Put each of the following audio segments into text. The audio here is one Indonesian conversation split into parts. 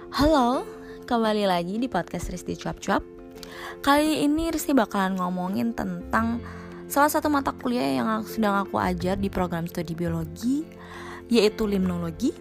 Halo, kembali lagi di podcast Risti Cuap-Cuap. Kali ini Risti bakalan ngomongin tentang salah satu mata kuliah yang sedang aku ajar di program studi biologi, yaitu limnologi.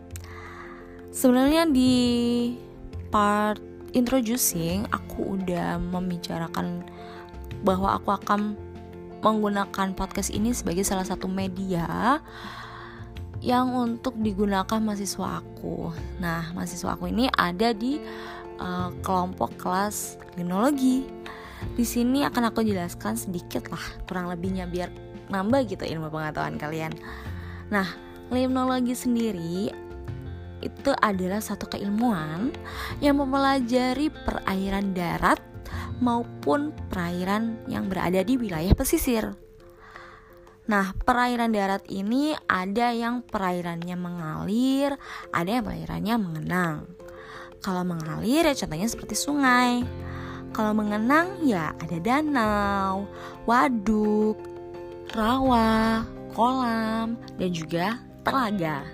Sebenarnya di part introducing aku udah membicarakan bahwa aku akan menggunakan podcast ini sebagai salah satu media yang untuk digunakan mahasiswa aku. Nah, mahasiswa aku ini ada di kelompok kelas limnologi. Di sini akan aku jelaskan sedikit lah, kurang lebihnya biar nambah gitu ilmu pengetahuan kalian. Nah, limnologi sendiri itu adalah satu keilmuan yang mempelajari perairan darat maupun perairan yang berada di wilayah pesisir. Nah, perairan darat ini ada yang perairannya mengalir, ada yang perairannya mengenang. Kalau mengalir ya contohnya seperti sungai. Kalau mengenang ya ada danau, waduk, rawa, kolam, dan juga telaga.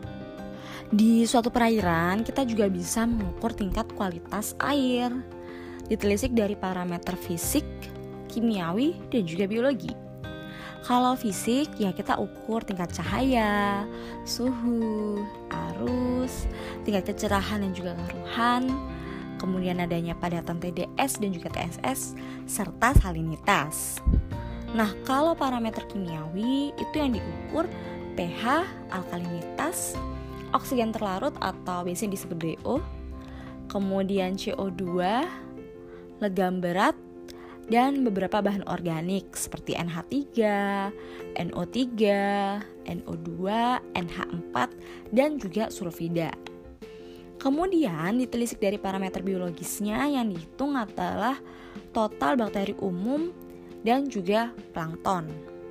Di suatu perairan kita juga bisa mengukur tingkat kualitas air, ditelisik dari parameter fisik, kimiawi, dan juga biologi. Kalau fisik ya kita ukur tingkat cahaya, suhu, arus, tingkat kecerahan dan juga keruhan, kemudian adanya padatan TDS dan juga TSS, serta salinitas. Nah, kalau parameter kimiawi itu yang diukur pH, alkalinitas, oksigen terlarut atau biasanya disebut DO, kemudian CO2, legam berat, dan beberapa bahan organik seperti NH3, NO3, NO2, NH4, dan juga sulfida. Kemudian ditelisik dari parameter biologisnya yang dihitung adalah total bakteri umum dan juga plankton.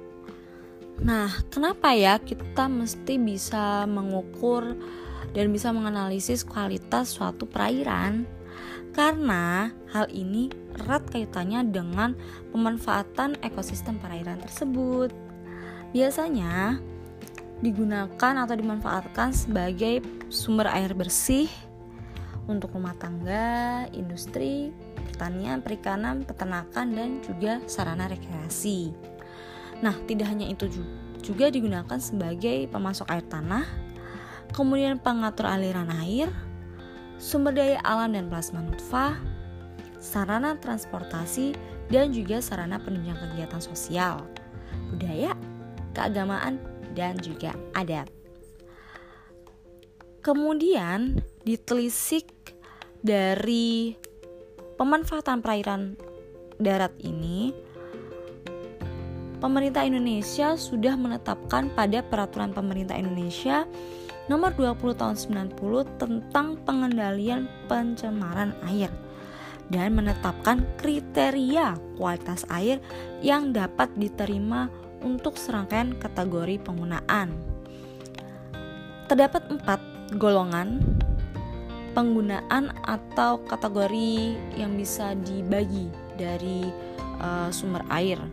Nah, kenapa ya kita mesti bisa mengukur dan bisa menganalisis kualitas suatu perairan? Karena hal ini erat kaitannya dengan pemanfaatan ekosistem perairan tersebut. Biasanya digunakan atau dimanfaatkan sebagai sumber air bersih untuk rumah tangga, industri, pertanian, perikanan, peternakan, dan juga sarana rekreasi. Nah, tidak hanya itu juga digunakan sebagai pemasok air tanah, kemudian pengatur aliran air, sumber daya alam dan plasma nutfah, sarana transportasi, dan juga sarana penunjang kegiatan sosial, budaya, keagamaan, dan juga adat. Kemudian ditelisik dari pemanfaatan perairan darat ini, pemerintah Indonesia sudah menetapkan pada Peraturan Pemerintah Indonesia Nomor 20 tahun 90 tentang pengendalian pencemaran air dan menetapkan kriteria kualitas air yang dapat diterima untuk serangkaian kategori penggunaan. Terdapat 4 golongan penggunaan atau kategori yang bisa dibagi dari sumber air.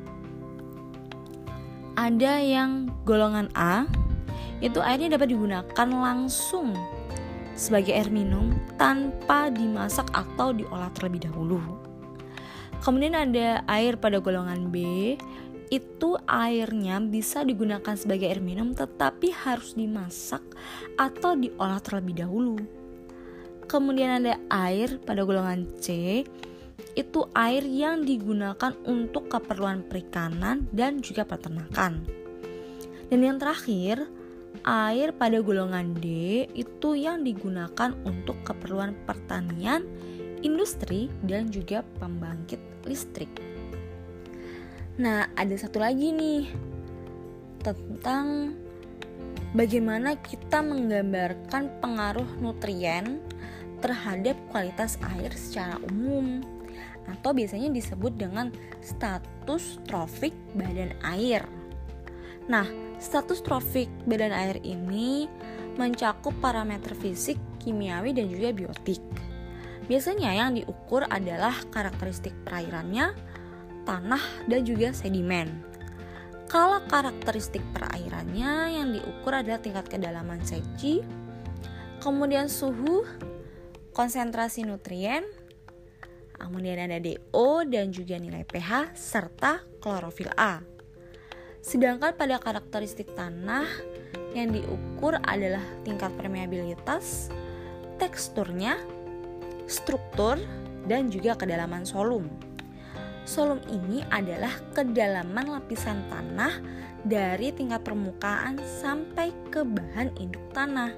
Ada yang golongan A, itu airnya dapat digunakan langsung sebagai air minum tanpa dimasak atau diolah terlebih dahulu. Kemudian ada air pada golongan B, itu airnya bisa digunakan sebagai air minum tetapi harus dimasak atau diolah terlebih dahulu. Kemudian ada air pada golongan C, itu air yang digunakan untuk keperluan perikanan dan juga peternakan. Dan yang terakhir, air pada golongan D itu yang digunakan untuk keperluan pertanian, industri, dan juga pembangkit listrik. Nah, ada satu lagi nih tentang bagaimana kita menggambarkan pengaruh nutrien terhadap kualitas air secara umum, atau biasanya disebut dengan status trofik badan air. Nah, status trofik badan air ini mencakup parameter fisik, kimiawi, dan juga biotik. Biasanya yang diukur adalah karakteristik perairannya, tanah, dan juga sedimen. Kalau karakteristik perairannya yang diukur adalah tingkat kedalaman seci, kemudian suhu, konsentrasi nutrien, kemudian ada DO dan juga nilai pH serta klorofil A. Sedangkan pada karakteristik tanah yang diukur adalah tingkat permeabilitas, teksturnya, struktur, dan juga kedalaman solum. Solum ini adalah kedalaman lapisan tanah dari tingkat permukaan sampai ke bahan induk tanah.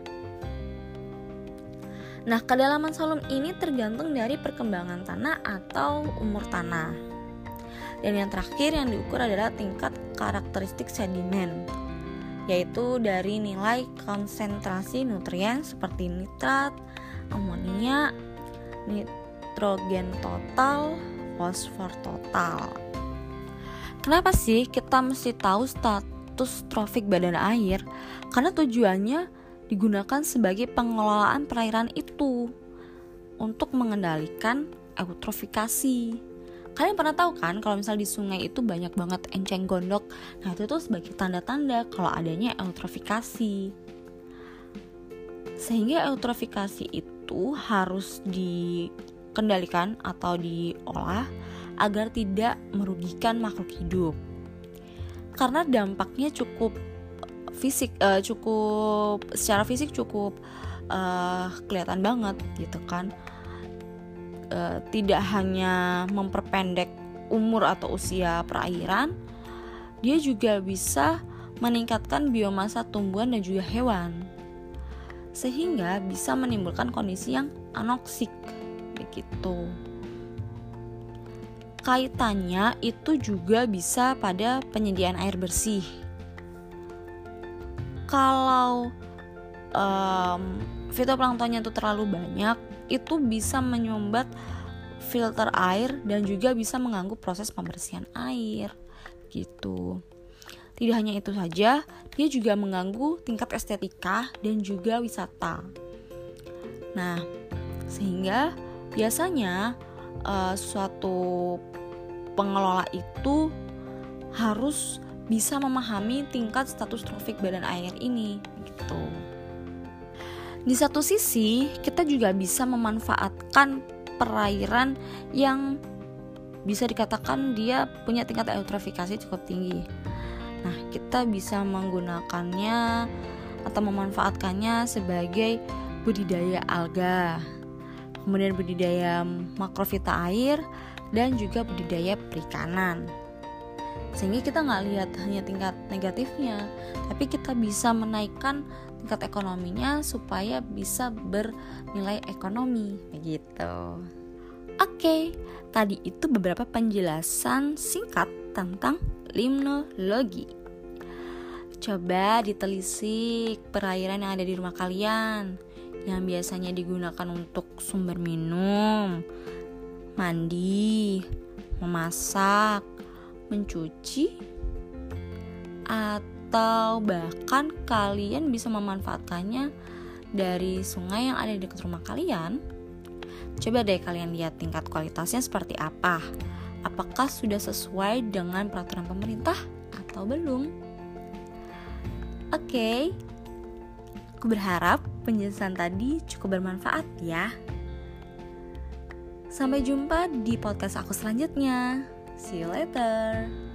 Nah, kedalaman solum ini tergantung dari perkembangan tanah atau umur tanah. Dan yang terakhir yang diukur adalah tingkat karakteristik sedimen, yaitu dari nilai konsentrasi nutrien seperti nitrat, amonia, nitrogen total, fosfor total. Kenapa sih kita mesti tahu status trofik badan air? Karena tujuannya digunakan sebagai pengelolaan perairan itu untuk mengendalikan eutrofikasi. Kalian pernah tahu kan kalau misal di sungai itu banyak banget enceng gondok. Nah, itu tuh sebagai tanda-tanda kalau adanya eutrofikasi. Sehingga eutrofikasi itu harus dikendalikan atau diolah agar tidak merugikan makhluk hidup. Karena dampaknya cukup secara fisik cukup kelihatan banget gitu kan. Tidak hanya memperpendek umur atau usia perairan, dia juga bisa meningkatkan biomasa tumbuhan dan juga hewan, sehingga bisa menimbulkan kondisi yang anoksik begitu. Kaitannya itu juga bisa pada penyediaan air bersih. Kalau fitoplanktonnya itu terlalu banyak, itu bisa menyumbat filter air dan juga bisa mengganggu proses pembersihan air gitu. Tidak hanya itu saja, dia juga mengganggu tingkat estetika dan juga wisata. Nah, sehingga biasanya suatu pengelola itu harus bisa memahami tingkat status trofik badan air ini gitu. Di satu sisi, kita juga bisa memanfaatkan perairan yang bisa dikatakan dia punya tingkat eutrofikasi cukup tinggi. Nah, kita bisa menggunakannya atau memanfaatkannya sebagai budidaya alga, kemudian budidaya makrofita air, dan juga budidaya perikanan. Sehingga kita nggak lihat hanya tingkat negatifnya, tapi kita bisa menaikkan tingkat ekonominya supaya bisa bernilai ekonomi begitu. Oke, tadi itu beberapa penjelasan singkat tentang limnologi. Coba ditelisik perairan yang ada di rumah kalian yang biasanya digunakan untuk sumber minum, mandi, memasak, mencuci, atau bahkan kalian bisa memanfaatkannya dari sungai yang ada di dekat rumah kalian. Coba deh kalian lihat tingkat kualitasnya seperti apa. Apakah sudah sesuai dengan peraturan pemerintah atau belum? Oke, aku berharap penjelasan tadi cukup bermanfaat ya. Sampai jumpa di podcast aku selanjutnya. See you later.